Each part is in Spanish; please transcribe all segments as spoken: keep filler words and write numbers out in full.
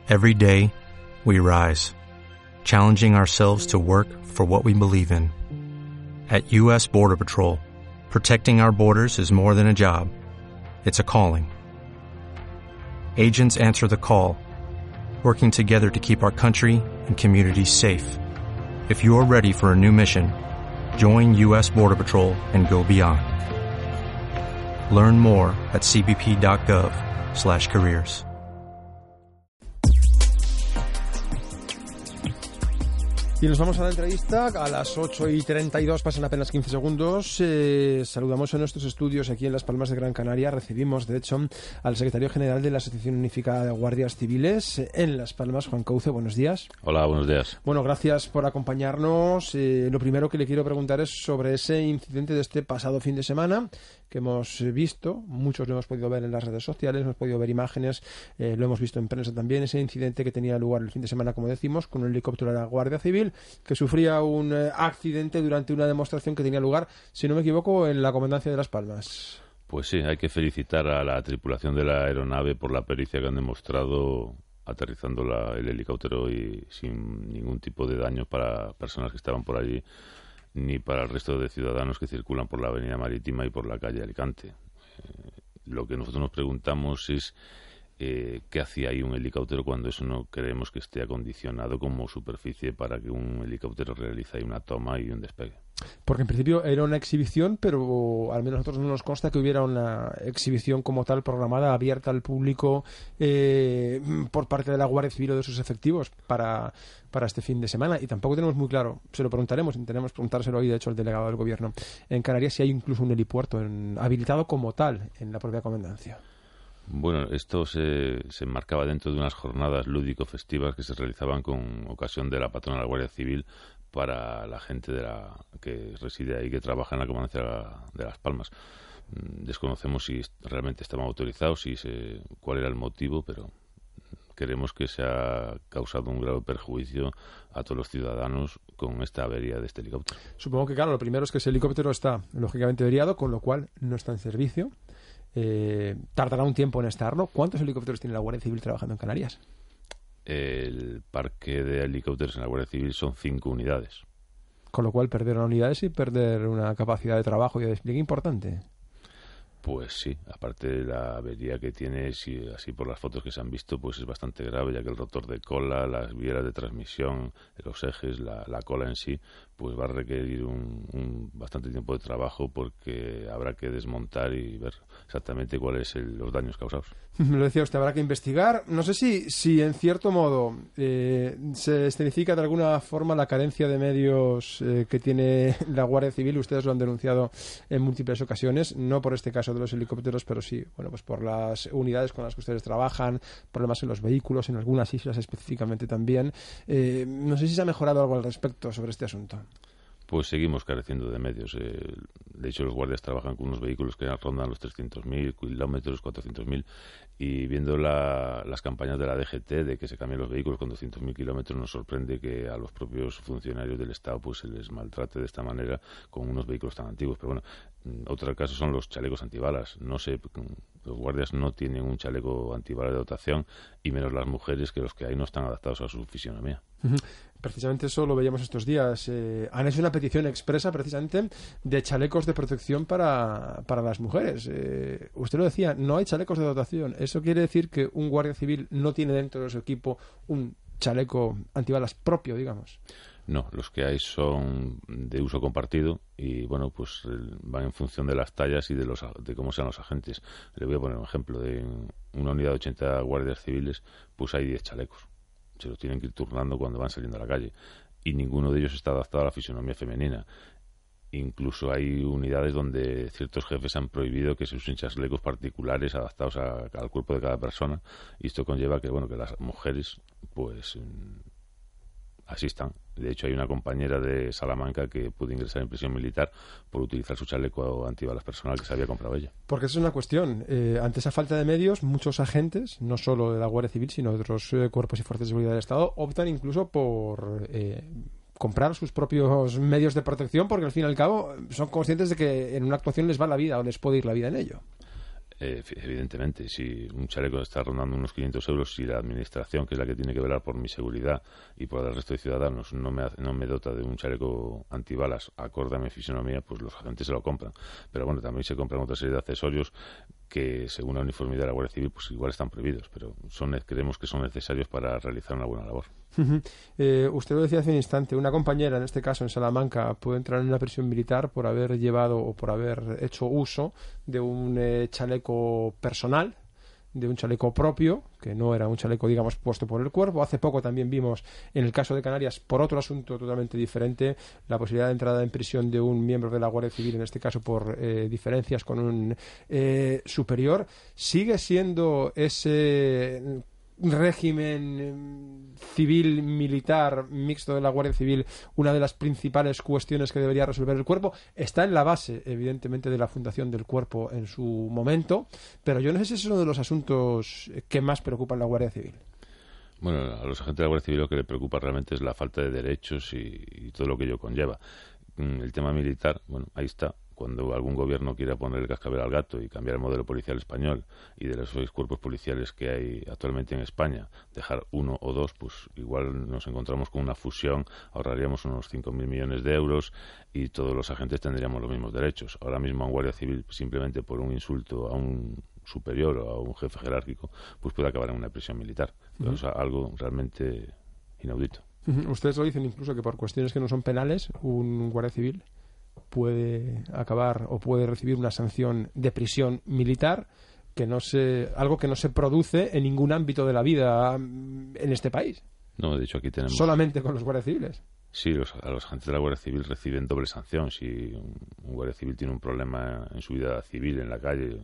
Every day, we rise, challenging ourselves to work for what we believe in. At U S Border Patrol, protecting our borders is more than a job. It's a calling. Agents answer the call, working together to keep our country and communities safe. If you're ready for a new mission, join U S Border Patrol and go beyond. Learn more at c b p dot gov slash careers. Y nos vamos a la entrevista a las ocho y treinta y dos, pasan apenas quince segundos. Eh, saludamos en nuestros estudios aquí en Las Palmas de Gran Canaria. Recibimos, de hecho, al secretario general de la Asociación Unificada de Guardias Civiles en Las Palmas, Juan Couce. Buenos días. Hola, buenos días. Bueno, gracias por acompañarnos. Eh, lo primero que le quiero preguntar es sobre ese incidente de este pasado fin de semana que hemos visto. Muchos lo hemos podido ver en las redes sociales, hemos podido ver imágenes, eh, lo hemos visto en prensa también. Ese incidente que tenía lugar el fin de semana, como decimos, con un helicóptero de la Guardia Civil que sufría un eh, accidente durante una demostración que tenía lugar, si no me equivoco, en la Comandancia de Las Palmas. Pues sí, hay que felicitar a la tripulación de la aeronave por la pericia que han demostrado aterrizando la, el helicóptero y sin ningún tipo de daño para personas que estaban por allí ni para el resto de ciudadanos que circulan por la avenida Marítima y por la calle Alicante. Eh, lo que nosotros nos preguntamos es Eh, ¿qué hacía ahí un helicóptero cuando eso no creemos que esté acondicionado como superficie para que un helicóptero realice ahí una toma y un despegue? Porque en principio era una exhibición, pero al menos a nosotros no nos consta que hubiera una exhibición como tal programada, abierta al público eh, por parte de la Guardia Civil o de sus efectivos para, para este fin de semana. Y tampoco tenemos muy claro, se lo preguntaremos, intentaremos preguntárselo hoy, de hecho, al delegado del Gobierno en Canarias, si hay incluso un helipuerto en, habilitado como tal en la propia Comandancia. Bueno, esto se, se enmarcaba dentro de unas jornadas lúdico-festivas que se realizaban con ocasión de la patrona de la Guardia Civil para la gente de la que reside ahí, que trabaja en la Comandancia de, la, de Las Palmas. Desconocemos si realmente estaban autorizados, si se, cuál era el motivo, pero creemos que se ha causado un grave perjuicio a todos los ciudadanos con esta avería de este helicóptero. Supongo que, claro, lo primero es que ese helicóptero está lógicamente averiado, con lo cual no está en servicio. Eh, tardará un tiempo en estarlo. ¿Cuántos helicópteros tiene la Guardia Civil trabajando en Canarias? El parque de helicópteros en la Guardia Civil son cinco unidades. Con lo cual perder una unidad y perder una capacidad de trabajo y de despliegue importante. Pues sí, aparte de la avería que tiene, si, así por las fotos que se han visto, pues es bastante grave, ya que el rotor de cola, las vías de transmisión, los ejes, la, la cola en sí, pues va a requerir un, un bastante tiempo de trabajo porque habrá que desmontar y ver exactamente cuáles son los daños causados. Me lo decía usted, habrá que investigar. No sé si, si en cierto modo eh, se escenifica de alguna forma la carencia de medios eh, que tiene la Guardia Civil. Ustedes lo han denunciado en múltiples ocasiones, no por este caso de los helicópteros, pero sí, bueno, pues por las unidades con las que ustedes trabajan, problemas en los vehículos, en algunas islas específicamente también. Eh, no sé si se ha mejorado algo al respecto sobre este asunto. Pues seguimos careciendo de medios. Eh, de hecho, los guardias trabajan con unos vehículos que rondan los trescientos mil kilómetros, cuatrocientos mil, y viendo la, las campañas de la D G T de que se cambien los vehículos con doscientos mil kilómetros, nos sorprende que a los propios funcionarios del Estado pues se les maltrate de esta manera con unos vehículos tan antiguos. Pero bueno, otro caso son los chalecos antibalas. No sé, los guardias no tienen un chaleco antibalas de dotación, y menos las mujeres, que los que hay no están adaptados a su fisionomía. Uh-huh. Precisamente eso lo veíamos estos días. Eh, han hecho una petición expresa precisamente de chalecos de protección para, para las mujeres. Eh, usted lo decía, no hay chalecos de dotación. Eso quiere decir que un guardia civil no tiene dentro de su equipo un chaleco antibalas propio, digamos. No, los que hay son de uso compartido y, bueno, pues van en función de las tallas y de los de cómo sean los agentes. Le voy a poner un ejemplo. De una unidad de ochenta guardias civiles, pues hay diez chalecos. Se los tienen que ir turnando cuando van saliendo a la calle. Y ninguno de ellos está adaptado a la fisonomía femenina. Incluso hay unidades donde ciertos jefes han prohibido que se usen chalecos particulares adaptados a, al cuerpo de cada persona. Y esto conlleva que, bueno, que las mujeres, pues, asistan. De hecho, hay una compañera de Salamanca que pudo ingresar en prisión militar por utilizar su chaleco antibalas personal que se había comprado ella. Porque esa es una cuestión. Eh, ante esa falta de medios, muchos agentes, no solo de la Guardia Civil, sino de otros eh, cuerpos y fuerzas de seguridad del Estado, optan incluso por eh, comprar sus propios medios de protección, porque al fin y al cabo son conscientes de que en una actuación les va la vida o les puede ir la vida en ello. Eh, evidentemente, si un chaleco está rondando unos quinientos euros, si la administración, que es la que tiene que velar por mi seguridad y por el resto de ciudadanos, no me, no me dota de un chaleco antibalas acorde a mi fisonomía, pues los agentes se lo compran. Pero bueno, también se compran otra serie de accesorios que, según la uniformidad de la Guardia Civil, pues igual están prohibidos, pero son, creemos que son necesarios para realizar una buena labor. Uh-huh. Eh, usted lo decía hace un instante, una compañera, en este caso en Salamanca, puede entrar en una prisión militar por haber llevado o por haber hecho uso de un eh, chaleco personal, de un chaleco propio, que no era un chaleco, digamos, puesto por el cuerpo. Hace poco también vimos, en el caso de Canarias, por otro asunto totalmente diferente, la posibilidad de entrada en prisión de un miembro de la Guardia Civil, en este caso por eh, diferencias con un eh, superior. ¿Sigue siendo ese régimen civil militar mixto de la Guardia Civil una de las principales cuestiones que debería resolver el cuerpo? Está en la base, evidentemente, de la fundación del cuerpo en su momento, pero yo no sé si es uno de los asuntos que más preocupan a la Guardia Civil. Bueno, a los agentes de la Guardia Civil lo que le preocupa realmente es la falta de derechos y, y todo lo que ello conlleva. El tema militar, bueno, ahí está. Cuando algún gobierno quiera poner el cascabel al gato y cambiar el modelo policial español y de los seis cuerpos policiales que hay actualmente en España, dejar uno o dos, pues igual nos encontramos con una fusión, ahorraríamos unos cinco mil millones de euros y todos los agentes tendríamos los mismos derechos. Ahora mismo a un guardia civil, simplemente por un insulto a un superior o a un jefe jerárquico, pues puede acabar en una prisión militar. Uh-huh. O sea, algo realmente inaudito. Uh-huh. Ustedes lo dicen incluso que por cuestiones que no son penales, un guardia civil puede acabar o puede recibir una sanción de prisión militar, que no se, algo que no se produce en ningún ámbito de la vida en este país. No, de hecho aquí tenemos... Solamente con los guardias civiles. Sí, los, a los agentes de la Guardia Civil reciben doble sanción. Si un, un guardia civil tiene un problema en su vida civil, en la calle,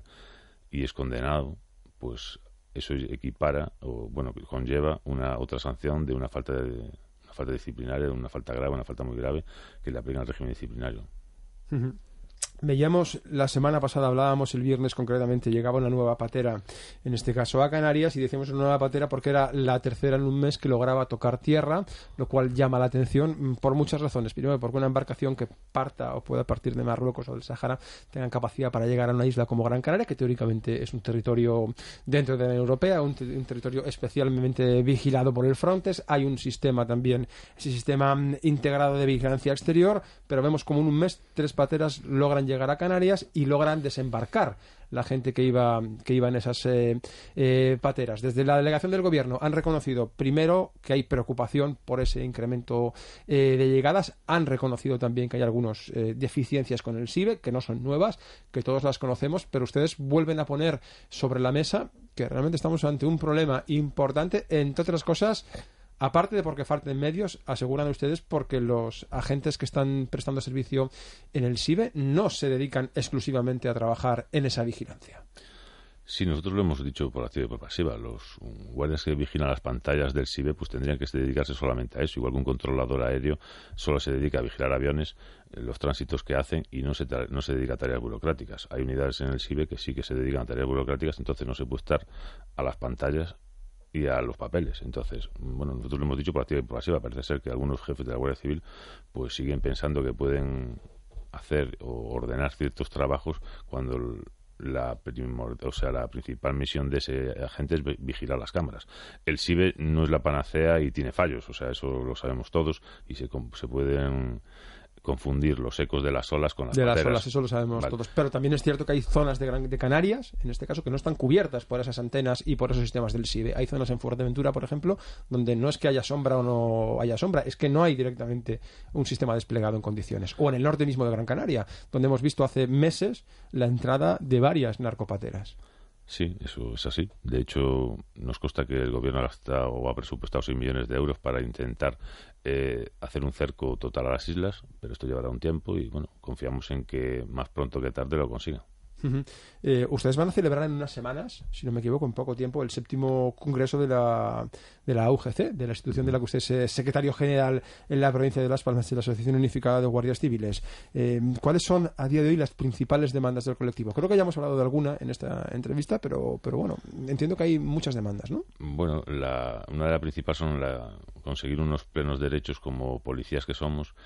y es condenado, pues eso equipara, o bueno, conlleva una otra sanción de una falta de una falta disciplinaria, de una falta grave, una falta muy grave, que le aplican al régimen disciplinario. Uh-huh. Veíamos la semana pasada, hablábamos el viernes concretamente, llegaba una nueva patera, en este caso a Canarias, y decíamos una nueva patera porque era la tercera en un mes que lograba tocar tierra, lo cual llama la atención por muchas razones. Primero, porque una embarcación que parta o pueda partir de Marruecos o del Sahara tenga capacidad para llegar a una isla como Gran Canaria, que teóricamente es un territorio dentro de la Unión Europea, un, te- un territorio especialmente vigilado por el Frontex. Hay un sistema también, ese sistema integrado de vigilancia exterior, pero vemos como en un mes tres pateras logran llegar a Canarias y logran desembarcar la gente que iba que iba en esas eh, eh, pateras. Desde la delegación del gobierno han reconocido primero que hay preocupación por ese incremento eh, de llegadas, han reconocido también que hay algunas eh, deficiencias con el SIBE, que no son nuevas, que todos las conocemos, pero ustedes vuelven a poner sobre la mesa que realmente estamos ante un problema importante, entre otras cosas. Aparte de porque falten medios, aseguran ustedes porque los agentes que están prestando servicio en el SIBE no se dedican exclusivamente a trabajar en esa vigilancia. Sí, nosotros lo hemos dicho por activa y por pasiva. Los guardias que vigilan las pantallas del SIBE pues tendrían que dedicarse solamente a eso. Igual que un controlador aéreo solo se dedica a vigilar aviones, los tránsitos que hacen, y no se, tra- no se dedica a tareas burocráticas. Hay unidades en el SIBE que sí que se dedican a tareas burocráticas, entonces no se puede estar a las pantallas y a los papeles. Entonces, bueno, nosotros lo hemos dicho por activa y por pasiva. Parece ser que algunos jefes de la Guardia Civil pues siguen pensando que pueden hacer o ordenar ciertos trabajos cuando la, primor, o sea, la principal misión de ese agente es vigilar las cámaras. El SIBE no es la panacea y tiene fallos, o sea, eso lo sabemos todos, y se, se pueden confundir los ecos de las olas con las de pateras. las olas, eso lo sabemos Vale. todos. Pero también es cierto que hay zonas de, Gran, de Canarias, en este caso, que no están cubiertas por esas antenas y por esos sistemas del SIBE. Hay zonas en Fuerteventura, por ejemplo, donde no es que haya sombra o no haya sombra, es que no hay directamente un sistema desplegado en condiciones. O en el norte mismo de Gran Canaria, donde hemos visto hace meses la entrada de varias narcopateras. Sí, eso es así. De hecho, nos consta que el gobierno ha gastado o ha presupuestado seis millones de euros para intentar eh, hacer un cerco total a las islas, pero esto llevará un tiempo y, bueno, confiamos en que más pronto que tarde lo consiga. Uh-huh. Eh, ustedes van a celebrar en unas semanas, si no me equivoco, en poco tiempo, el séptimo congreso de la, de la U G C, de la institución de la que usted es secretario general en la provincia de Las Palmas, de la Asociación Unificada de Guardias Civiles. Eh, ¿Cuáles son a día de hoy las principales demandas del colectivo? Creo que ya hemos hablado de alguna en esta entrevista, pero, pero bueno, entiendo que hay muchas demandas, ¿no? Bueno, la, una de las principales son la, conseguir unos plenos derechos como policías que somos,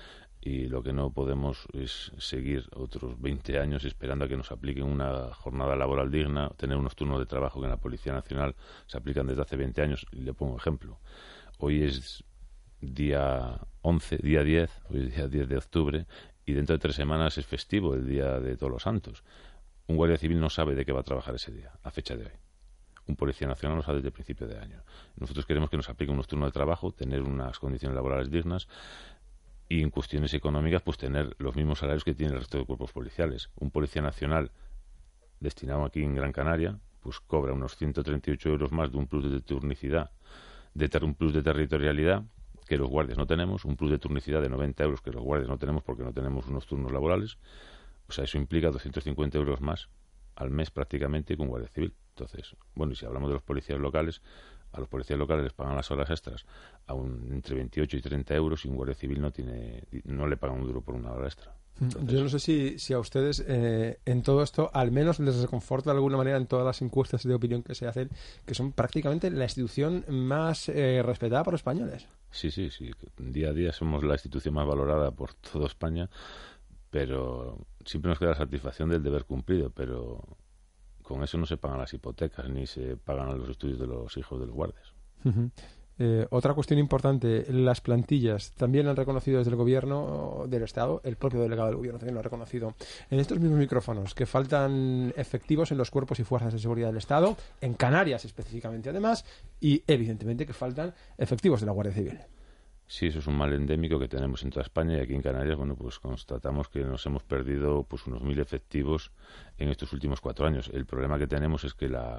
y lo que no podemos es seguir otros veinte años esperando a que nos apliquen una jornada laboral digna, tener unos turnos de trabajo que en la Policía Nacional se aplican desde hace veinte años. Y le pongo un ejemplo. Hoy es día once, día diez, hoy es día diez de octubre, y dentro de tres semanas es festivo, el Día de Todos los Santos. Un guardia civil no sabe de qué va a trabajar ese día, a fecha de hoy. Un Policía Nacional lo sabe desde el principio de año. Nosotros queremos que nos apliquen unos turnos de trabajo, tener unas condiciones laborales dignas, y en cuestiones económicas pues tener los mismos salarios que tiene el resto de cuerpos policiales. Un Policía Nacional destinado aquí en Gran Canaria pues cobra unos ciento treinta y ocho euros más de un plus de turnicidad, de ter un plus de territorialidad que los guardias no tenemos, un plus de turnicidad de noventa euros que los guardias no tenemos porque no tenemos unos turnos laborales. O sea, eso implica doscientos cincuenta euros más al mes prácticamente que un guardia civil. Entonces, bueno, y si hablamos de los policías locales, a los policías locales les pagan las horas extras a un, entre veintiocho y treinta euros, y un guardia civil no tiene no le pagan un duro por una hora extra. Entonces, yo no sé si, si a ustedes eh, en todo esto al menos les reconforta de alguna manera en todas las encuestas de opinión que se hacen, que son prácticamente la institución más eh, respetada por los españoles. Sí, sí, sí. Día a día somos la institución más valorada por toda España, pero siempre nos queda la satisfacción del deber cumplido, pero con eso no se pagan las hipotecas ni se pagan los estudios de los hijos de los guardias. Uh-huh. Eh, otra cuestión importante, las plantillas también han reconocido desde el gobierno del Estado, el propio delegado del gobierno también lo ha reconocido en estos mismos micrófonos, que faltan efectivos en los cuerpos y fuerzas de seguridad del Estado, en Canarias específicamente además, y evidentemente que faltan efectivos de la Guardia Civil. Sí, eso es un mal endémico que tenemos en toda España, y aquí en Canarias, bueno, pues constatamos que nos hemos perdido pues unos mil efectivos en estos últimos cuatro años. El problema que tenemos es que la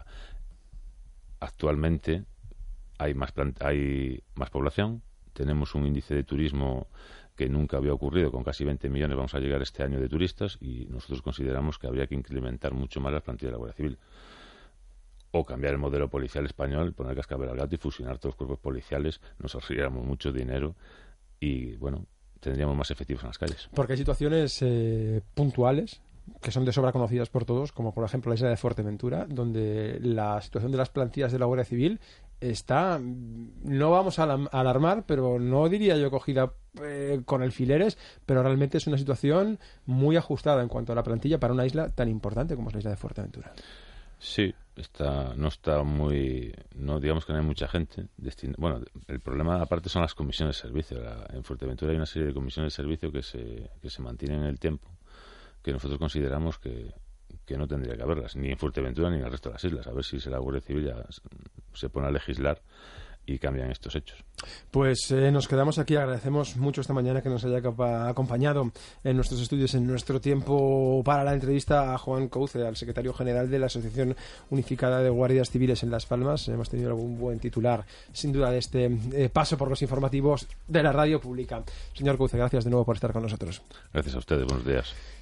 actualmente hay más plant- hay más población, tenemos un índice de turismo que nunca había ocurrido, con casi veinte millones vamos a llegar este año de turistas, y nosotros consideramos que habría que incrementar mucho más las plantillas de la Guardia Civil. O cambiar el modelo policial español, poner cascabel al gato y fusionar todos los cuerpos policiales, nos ahorraríamos mucho dinero y, bueno, tendríamos más efectivos en las calles. Porque hay situaciones eh, puntuales que son de sobra conocidas por todos, como por ejemplo la isla de Fuerteventura, donde la situación de las plantillas de la Guardia Civil está, no vamos a alarmar, pero no diría yo cogida eh, con alfileres, pero realmente es una situación muy ajustada en cuanto a la plantilla para una isla tan importante como es la isla de Fuerteventura. Sí, está, no está muy, no digamos que no hay mucha gente destin- bueno, el problema aparte son las comisiones de servicio. La, en Fuerteventura hay una serie de comisiones de servicio que se, que se mantienen en el tiempo, que nosotros consideramos que, que no tendría que haberlas, ni en Fuerteventura ni en el resto de las islas. A ver si la Guardia Civil ya se pone a legislar y cambian estos hechos. Pues eh, nos quedamos aquí. Agradecemos mucho esta mañana que nos haya capa- acompañado en nuestros estudios, en nuestro tiempo para la entrevista, a Juan Couce, al secretario general de la Asociación Unificada de Guardias Civiles en Las Palmas. Hemos tenido algún buen titular, sin duda, de este eh, paso por los informativos de la radio pública. Señor Couce, gracias de nuevo por estar con nosotros. Gracias a ustedes, buenos días.